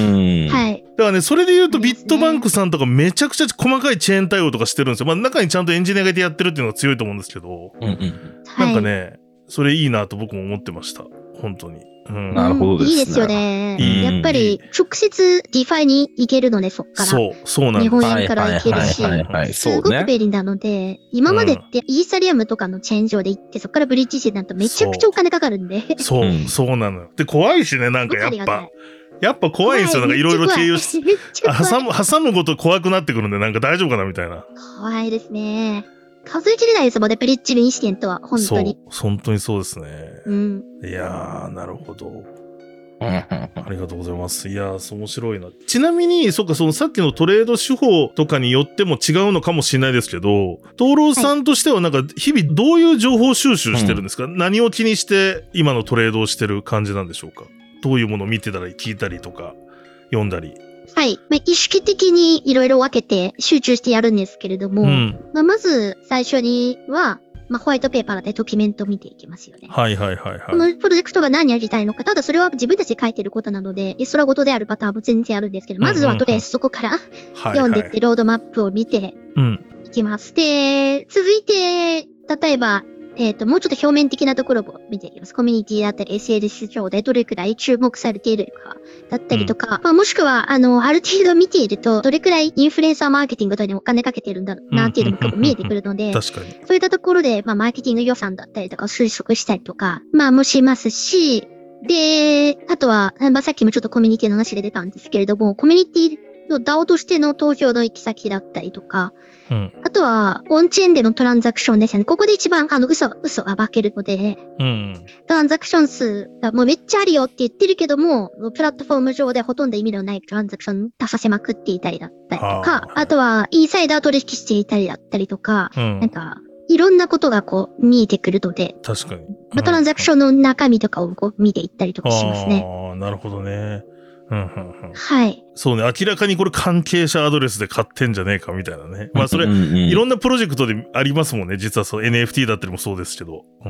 はい。 だからね、それで言うとビットバンクさんとかめちゃくちゃ細かいチェーン対応とかしてるんですよ。まあ中にちゃんとエンジニアがいてやってるっていうのが強いと思うんですけど。 うんうん。 なんかね、はい、それいいなと僕も思ってました。本当に。 うん、なるほどですね。 いいですよね。うん、やっぱり直接ディファイに行けるので、そっから。 そう、そうなんです。 日本円から行けるし、すごく便利なので、今までってイーサリアムとかのチェーン上で行って、そっからブリッジしてなんとめちゃくちゃお金かかるんで。 そう、そうなの。で、怖いしね、なんかやっぱ。やっぱ怖いんですよ。なんかいろいろ経由して。挟む、挟むこと怖くなってくるんで、なんか大丈夫かなみたいな。 怖いですね。数えきれないですもんね、ブリッジのインシデントは、本当に。 そう、本当にそうですね。 うん。 いやー、なるほど。ありがとうございます。いやー、面白いな。ちなみに、そっか、そのさっきのトレード手法とかによっても違うのかもしれないですけど、東郎さんとしてはなんか、日々どういう情報収集してるんですか、うん、何を気にして今のトレードをしてる感じなんでしょうか？どういうものを見てたり聞いたりとか、読んだり。 はい。まあ、意識的にいろいろ分けて集中してやるんですけれども、うん、まあ、まず最初には、まあ、ホワイトペーパーでドキュメントを見ていきますよね。 はいはいはいはい。 このプロジェクトが何やりたいのか、ただそれは自分たちで書いてることなので、それはごとであるパターンも全然あるんですけど、まずはとりあえずそこから読んでいって、ロードマップを見ていきます。で、続いて、例えば、えっと、もうちょっと表面的なところを見ていきます。コミュニティだったり エスエヌエス 上でどれくらい注目されているかだったりとか、うん、まあ、もしくは、あの、ある程度見ていると、どれくらいインフルエンサーマーケティングとかにお金かけてるんだろうなっていうのも結構見えてくるので、 確かに。 そういったところで、まあ、マーケティング予算だったりとか推測したりとか、まあ、もしますし、で、あとは、まあ、さっきもちょっとコミュニティの話で出たんですけれども、コミュニティの ダオ としての投票の行き先だったりとか、うん、あとは、オンチェーンでのトランザクションですよね。ここで一番、あの、嘘、嘘が暴けるので、うん、トランザクション数がもうめっちゃあるよって言ってるけども、プラットフォーム上でほとんど意味のないトランザクション出させまくっていたりだったりとか、あ, あとは、インサイダー取引していたりだったりとか、うん、なんか、いろんなことがこう、見えてくるので、 確かに。 うん、トランザクションの中身とかをこう見ていったりとかしますね。 ああ、なるほどね。うんうんうん、 はい。 そうね、明らかにこれ関係者アドレスで買ってんじゃねえかみたいなね。まあそれ、うんうんうん、いろんなプロジェクトでありますもんね。実はそう エヌエフティー だったりもそうですけど。うん。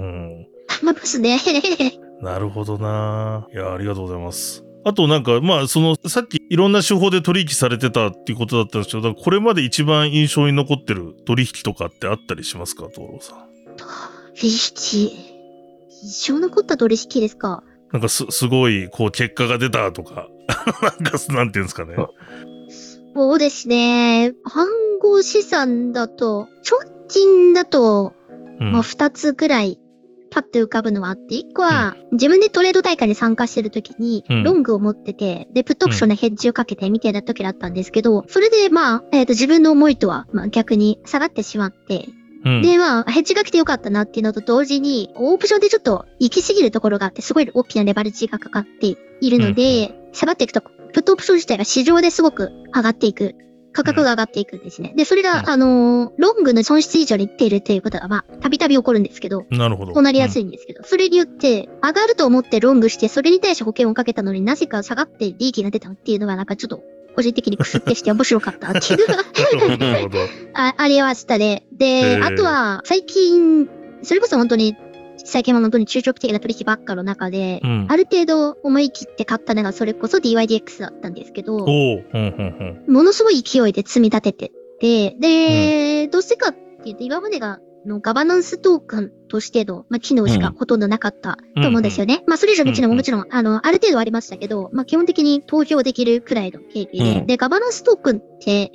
ありますね。 なるほどな。いや、ありがとうございます。あとなんか、まあその、さっきいろんな手法で取引されてたっていうことだったんですけど、これまで一番印象に残ってる取引とかってあったりしますか、東郎さん。 取引。印象に残った取引ですか。 なんかす、すごい、こう、結果が出たとか、なんか、なんていうんですかね。 そうですね。暗号資産だと、直近だと、うん、まあ、二つぐらい、パッと浮かぶのはあって、一個は、うん、自分でトレード大会に参加してる時に、うん、ロングを持ってて、で、プットオプションのヘッジをかけてみたいな時だったんですけど、それで、まあ、えっと、自分の思いとは、まあ、逆に下がってしまって、うん、で、まあ、ヘッジが来てよかったなっていうのと同時に、オプションでちょっと行き過ぎるところがあって、すごい大きなレバレッジがかかっているので、うん、下がっていくと、プットオプション自体が市場ですごく上がっていく。価格が上がっていくんですね。で、それが、うん、あのー、ロングの損失以上にいっているということが、まあ、たびたび起こるんですけど。 なるほど。 そうなりやすいんですけど。うん、それによって、上がると思ってロングして、それに対して保険をかけたのになぜか下がって利益が出たっていうのが、なんかちょっと、個人的にクスってして面白かったっていうのがあ、ありましたね。で、あとは、最近、それこそ本当に、最近は本当に中長期的な取引ばっかの中で、うん、ある程度思い切って買ったのがそれこそ ディーワイディーエックス だったんですけど、 おうんうんうん、 ものすごい勢いで積み立ててて、で、うん、どうしてかっていうと、今までが、のガバナンストークンとしての、まあ、機能しかほとんどなかったと思うんですよね。うんうん、まあ、それ以上の機能ももちろん、あの、ある程度ありましたけど、まあ、基本的に投票できるくらいの経費で、うん、で、ガバナンストークンって、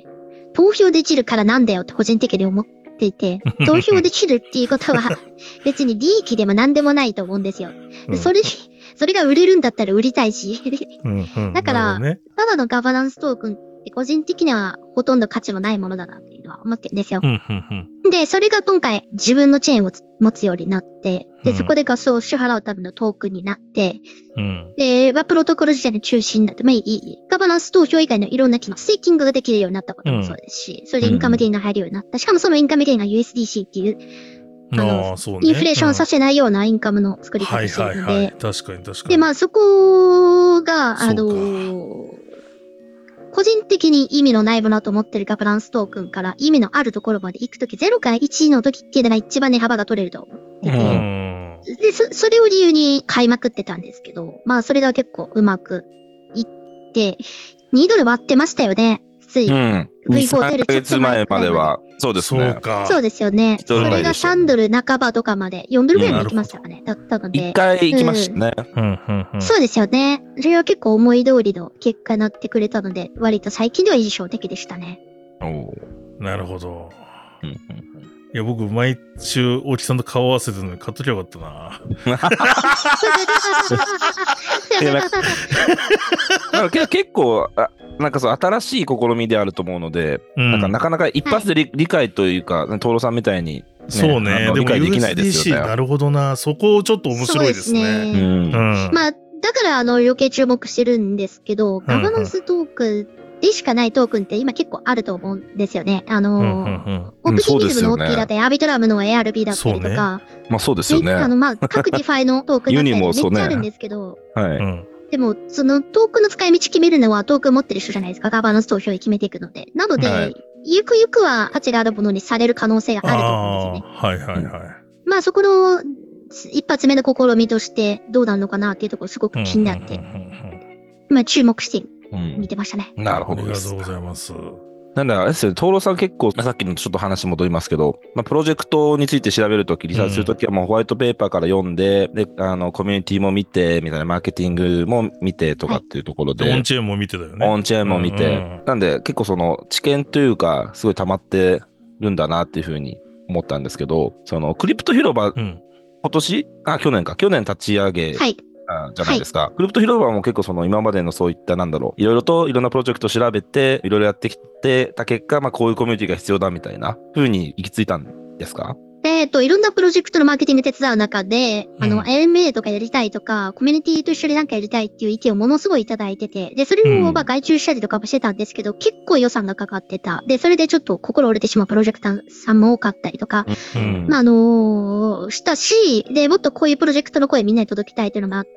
投票できるからなんだよって個人的に思っていて、投票できるっていうことは、別に利益でも何でもないと思うんですよ。うん、それ、それが売れるんだったら売りたいし。うんうん、だから、ね、ただのガバナンストークンって個人的にはほとんど価値もないものだなっていうのは思ってるんですよ。うんうんうん、 で、それが今回自分のチェーンを持つようになって、で、そこでガスを支払うためのトークンになって、うん、で、プロトコル自体の中心になって、まあいい、ガバナンス投票以外のいろんな機能、ステーキングができるようになったこともそうですし、うん、それでインカムゲインが入るようになった。しかもそのインカムゲインが ユーエスディーシー っていう、あの、あそうね、インフレーションさせないようなインカムの作り方してるので、はいはいはい、 確かに確かに。 で、まあそこが、あの、個人的に意味のないものと思ってるガバナンストークンから意味のあるところまで行くとき、ゼロからいちのときっていうのが一番値幅が取れると思ってて、うん、で、そ、それを理由に買いまくってたんですけど、まあそれが結構うまくいって、にドル割ってましたよね。つい。うん。 ブイフォー 出るちょっと前までは。そうですね。 そうか。 そうですよね。それがさんドル半ばとかまで、よんドルぐらいまで行きましたかね。だったので。 一回行きましたね、 うんうんうん。そうですよね。それは結構思い通りの結果になってくれたので、割と最近では印象的でしたね。 おなるほど。うんうん、いや、僕、毎週、大木さんと顔合わせてるのに買っときゃよかったな。 いやなんか結構あ、なんかそう新しい試みであると思うので、うん、なんかなかなか一発で 理,、はい、理解というか、トーロさんみたいに、ね、 そうね、でも理解できないですよね。 ユーエスディーシー なるほどな、そこちょっと面白いですね。 そうですね。うん、まあ、だからあの余計注目してるんですけど、ガバナンストークでしかないトークンって今結構あると思うんですよね。あのー、うんうんうん、オプティミズムの オーピー だったり、アビトラムの エーアールビー だったりとか。 ね、まあそうですよね。 あの、まあ、各ディファイのトークンだったりめっちゃあるんですけど。 ね、はい。うんでも、そのトークンの使い道決めるのはトークン持ってる人じゃないですか。ガバナンス投票で決めていくので。なので、はい、ゆくゆくは価値があるものにされる可能性があると思うんですよね。 はいはいはい。 まあそこの一発目の試みとしてどうなるのかなっていうところすごく気になって、まあ注目して見てましたね。 うん、なるほどです。 ありがとうございます。 なんだ、あれですよね、トーロさん結構、さっきのちょっと話戻りますけど、まあ、プロジェクトについて調べるとき、リサーチするときはもうホワイトペーパーから読んで、で、あの、コミュニティも見て、みたいな、マーケティングも見てとかっていうところで。 はい、オンチェーンも見てたよね。 オンチェーンも見て。うんうん、なんで、結構その、知見というか、すごい溜まってるんだなっていうふうに思ったんですけど、その、クリプト広場、うん、今年あ、去年か。去年立ち上げ。 はい。 じゃないですか。はい、クリプト広場も結構その今までのそういったなんだろう、いろいろといろんなプロジェクトを調べて、いろいろやってきてた結果、まあこういうコミュニティが必要だみたいな風に行き着いたんですか？ えっと、いろんなプロジェクトのマーケティング手伝う中で、うん、あの、エムエー とかやりたいとか、コミュニティと一緒になんかやりたいっていう意見をものすごいいただいてて、で、それをまあ外注したりとかもしてたんですけど、うん、結構予算がかかってた。で、それでちょっと心折れてしまうプロジェクターさんも多かったりとか、うん、まあ、あのー、したし、で、もっとこういうプロジェクトの声みんなに届きたいっていうのもあって、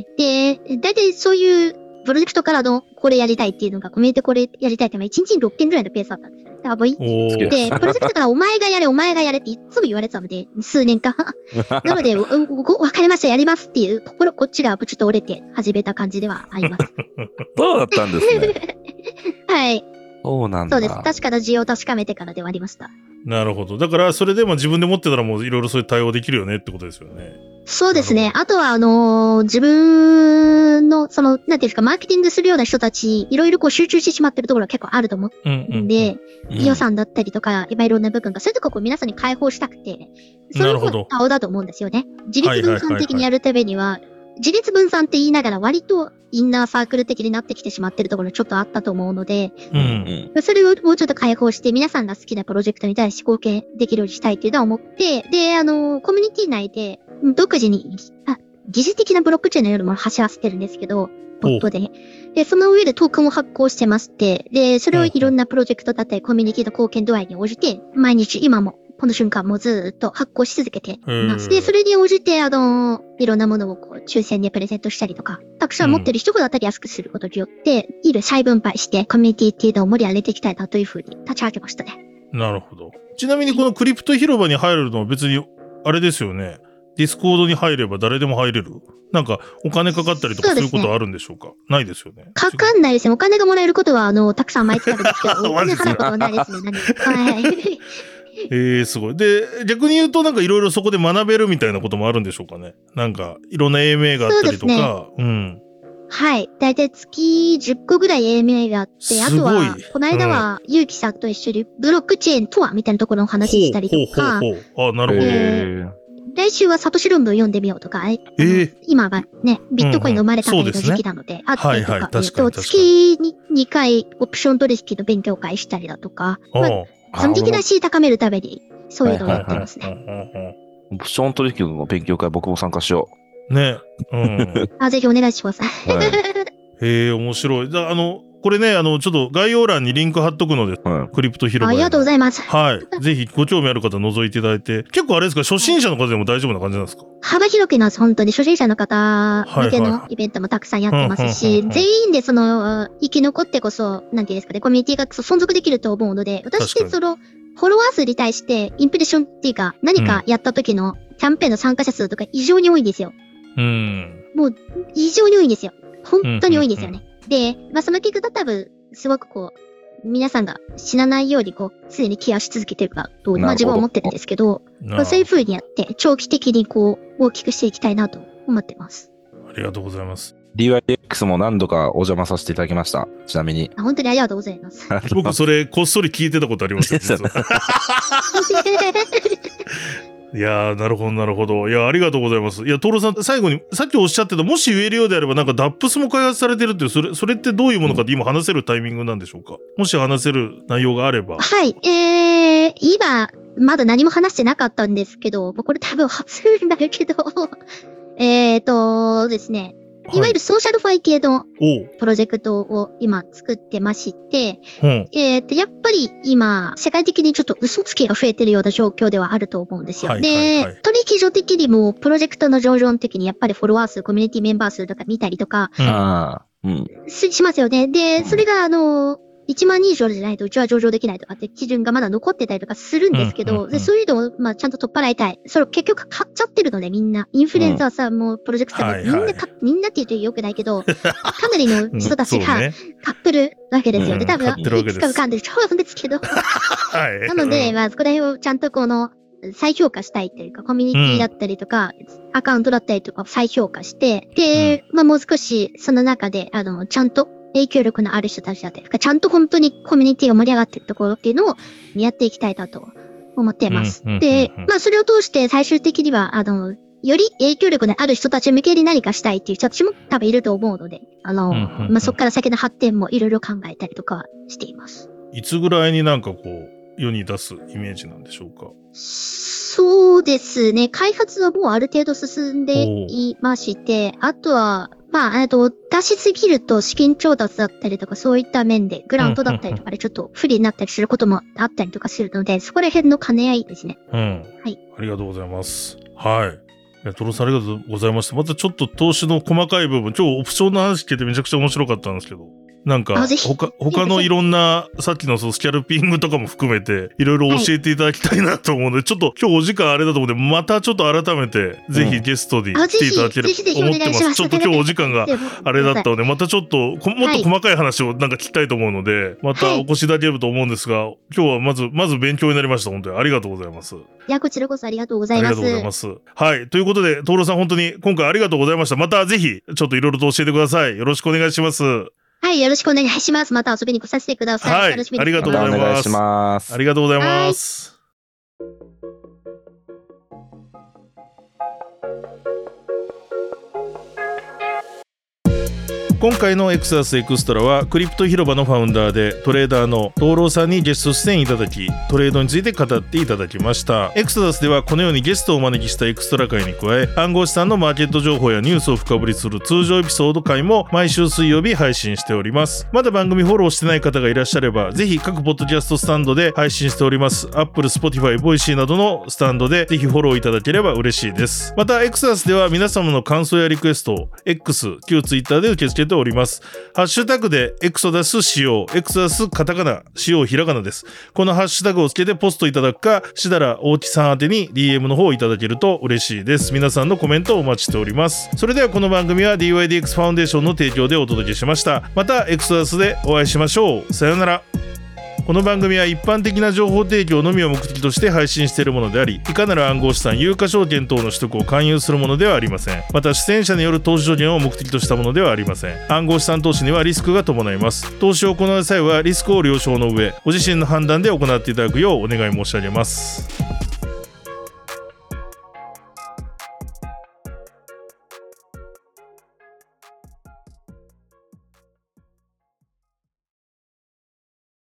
で、だいたいそういうプロジェクトからのこれやりたいっていうのが、コミュニティこれやりたいっていうのがいちにちにろっけんぐらいのペースだったんですよね。だからで、プロジェクトからお前がやれ、お前がやれっていつも言われてたので、数年間。なので、わかりました、やりますっていう、心、こっちがちょっと折れて始めた感じではあります。 そうだったんですね。 はい。 そうなんだ。 そうです。確かな需要を確かめてからではありました。 なるほど。だから、それでも自分で持ってたらもういろいろそういう対応できるよねってことですよね。 そうですね。あとは、あのー、自分の、その、なんていうんですか、マーケティングするような人たち、いろいろこう集中してしまってるところが結構あると思うんで、うんうん、予算だったりとか、いろんな部分が、そういうところを皆さんに開放したくて、それが顔だと思うんですよね。自立分散的にやるためには、自立分散って言いながら割とインナーサークル的になってきてしまってるところちょっとあったと思うので、うんうん、それをもうちょっと開放して皆さんが好きなプロジェクトに対して貢献できるようにしたいっていうのは思って、で、あの、コミュニティ内で独自に、あ、疑似的なブロックチェーンのようなものを走らせてるんですけど、ボットで。で、その上でトークンを発行してまして、で、それをいろんなプロジェクトだったりコミュニティの貢献度合いに応じて、毎日今もこの瞬間もずっと発行し続けています。で、それに応じて、あの、いろんなものをこう、抽選でプレゼントしたりとか、たくさん持ってる人がだったり安くすることによって、うん、いる再分配して、コミュニティっていうのを盛り上げていきたいなというふうに立ち上げましたね。 なるほど。ちなみにこのクリプト広場に入るのは別に、あれですよね。ディスコードに入れば誰でも入れる？なんか、お金かかったりとかそういうことあるんでしょうか？ないですよね。 かかんないですね。お金がもらえることは、あの、たくさん毎月あるんですけど、お金払うことはないですね。何はい。 ええー、すごい。で、逆に言うとなんかいろいろそこで学べるみたいなこともあるんでしょうかね。なんか、いろんな エーエムエー があったりとか。うね、うん。 はい。だいたい月じゅっこぐらい エーエムエー があって、あとは、この間は、ゆうきさんと一緒にブロックチェーンとはみたいなところの話したりとか。 ほうほうほう。あ、なるほど。 えー来週はサトシ論文読んでみようとか、えー、今がね、ビットコインの生まれた時の時期なので、うんうん、あったりとか、はいはい、確かに月ににかいオプション取引の勉強会したりだとか、まあ、短期らしい高めるために、 そういうのをやってますね。 オプション取引の勉強会僕も参加しよう。ね。うん。 あ、ぜひお願いします。はい、 へえ、面白い。だあの、これね、あの、ちょっと概要欄にリンク貼っとくので、うん、クリプト広場。 ありがとうございます。 はい。ぜひご興味ある方覗いていただいて、結構あれですか、初心者の方でも大丈夫な感じなんですか？ 幅広くなす、本当に初心者の方向けのイベントもたくさんやってますし、全員でその、生き残ってこそ、なんていうんですかね、コミュニティが存続できると思うので、私ってその、フォロワー数に対して、インプレッションっていうか、何かやった時のキャンペーンの参加者数とか異常に多いんですよ。 うん。 もう、異常に多いんですよ。本当に多いんですよね。で、まあ、その結果多分、すごくこう、皆さんが死なないようにこう、常にケアし続けてるかと、まあ自分は思ってるんですけど、まあ、そういう風にやって、長期的にこう、大きくしていきたいなと思ってます。 ありがとうございます。 ディーワイディーエックス も何度かお邪魔させていただきました。ちなみに。 あ、本当にありがとうございます。 僕それこっそり聞いてたことありますよ、実は。いやー、なるほど、なるほど。いや、ありがとうございます。いや、トールさん、最後に、さっきおっしゃってた、もし言えるようであれば、なんか、ダップスも開発されてるっていう、それ、それってどういうものかって今話せるタイミングなんでしょうか？もし話せる内容があれば。 はい。えー、今、まだ何も話してなかったんですけど、これ多分初になるけど、えーとですね、いわゆるソーシャルファイ系のプロジェクトを今作ってまして、うん、えっと、やっぱり今、世界的にちょっと嘘つきが増えてるような状況ではあると思うんですよ。はいはいはい、で、取引所的にも、プロジェクトの上場の時にやっぱりフォロワー数、コミュニティメンバー数とか見たりとか、うん、し, しますよね。で、それがあの、いちまんにん以上じゃないとうちは上場できないとかって基準がまだ残ってたりとかするんですけど、うんうんうん、でそういうのをまあちゃんと取っ払いたい。それを結局買っちゃってるのでみんな。インフルエンサーさんもプロジェクトさんもみんな、はいはい、みんなって言うと良くないけど、かなりの人たちが買ってるわけですよ。で、多分、いつか浮かんでると思うんですけど。はい、なので、まあそこら辺をちゃんとこの、再評価したいというか、コミュニティだったりとか、うん、アカウントだったりとか再評価して、で、うん、まあもう少しその中で、あの、ちゃんと、影響力のある人たちだったりとか、ちゃんと本当にコミュニティが盛り上がっているところっていうのをやっていきたいなと思っています。うんうんうんうん、で、まあそれを通して最終的には、あの、より影響力のある人たち向けに何かしたいっていう人たちも多分いると思うので、あの、うんうんうん、まあそこから先の発展もいろいろ考えたりとかはしています。 いつぐらいになんかこう、世に出すイメージなんでしょうか？ そうですね。開発はもうある程度進んでいまして、あとは、まあ、えっと、出しすぎると資金調達だったりとかそういった面で、グラントだったりとかでちょっと不利になったりすることもあったりとかするので、そこら辺の兼ね合いですね。 うん。はい。ありがとうございます。はい。トロさんありがとうございました。またちょっと投資の細かい部分、今日オプションの話聞いてめちゃくちゃ面白かったんですけど。なんか、他、他のいろんな、さっきのそのスキャルピングとかも含めて、いろいろ教えていただきたいなと思うので、はい、ちょっと今日お時間あれだと思うので、またちょっと改めて、ぜひゲストに来ていただければと思ってます。ちょっと今日お時間があれだったので、またちょっと、もっと細かい話をなんか聞きたいと思うので、またお越しいただければと思うんですが、今日はまず、まず勉強になりました。本当にありがとうございます。いや、こちらこそありがとうございます。 ありがとうございます。はい。ということで、トールさん本当に今回ありがとうございました。またぜひ、ちょっといろいろと教えてください。よろしくお願いします。 はい、よろしくお願いします。また遊びに来させてください。 はい、楽しみに。ありがとうございます。お願いします。ありがとうございます。今回のエクサスエクストラはクリプト広場のファウンダーでトレーダーの東郎さんにゲスト出演いただき、トレードについて語っていただきました。エクサスではこのようにゲストをお招きしたエクストラ会に加え、暗号資産のマーケット情報やニュースを深掘りする通常エピソード会も毎週水曜日配信しております。まだ番組フォローしてない方がいらっしゃれば、ぜひ各ポッドキャストスタンドで配信しております。Apple、Spotify、Voicy などのスタンドでぜひフォローいただければ嬉しいです。またエクサスでは皆様の感想やリクエストを X、旧 Twitter で受け付けております。ハッシュタグでエクソダス使用、エクソダスカタカナ、使用ひらがなです。このハッシュタグをつけてポストいただくか、しだら大木さん宛てに ディーエム の方をいただけると嬉しいです。皆さんのコメントをお待ちしております。それではこの番組は ディーワイディーエックス ファウンデーションの提供でお届けしました。またエクソダスでお会いしましょう。さようなら。この番組は一般的な情報提供のみを目的として配信しているものであり、いかなる暗号資産、有価証券等の取得を勧誘するものではありません。また出演者による投資助言を目的としたものではありません。暗号資産投資にはリスクが伴います。投資を行う際はリスクを了承の上、ご自身の判断で行っていただくようお願い申し上げます。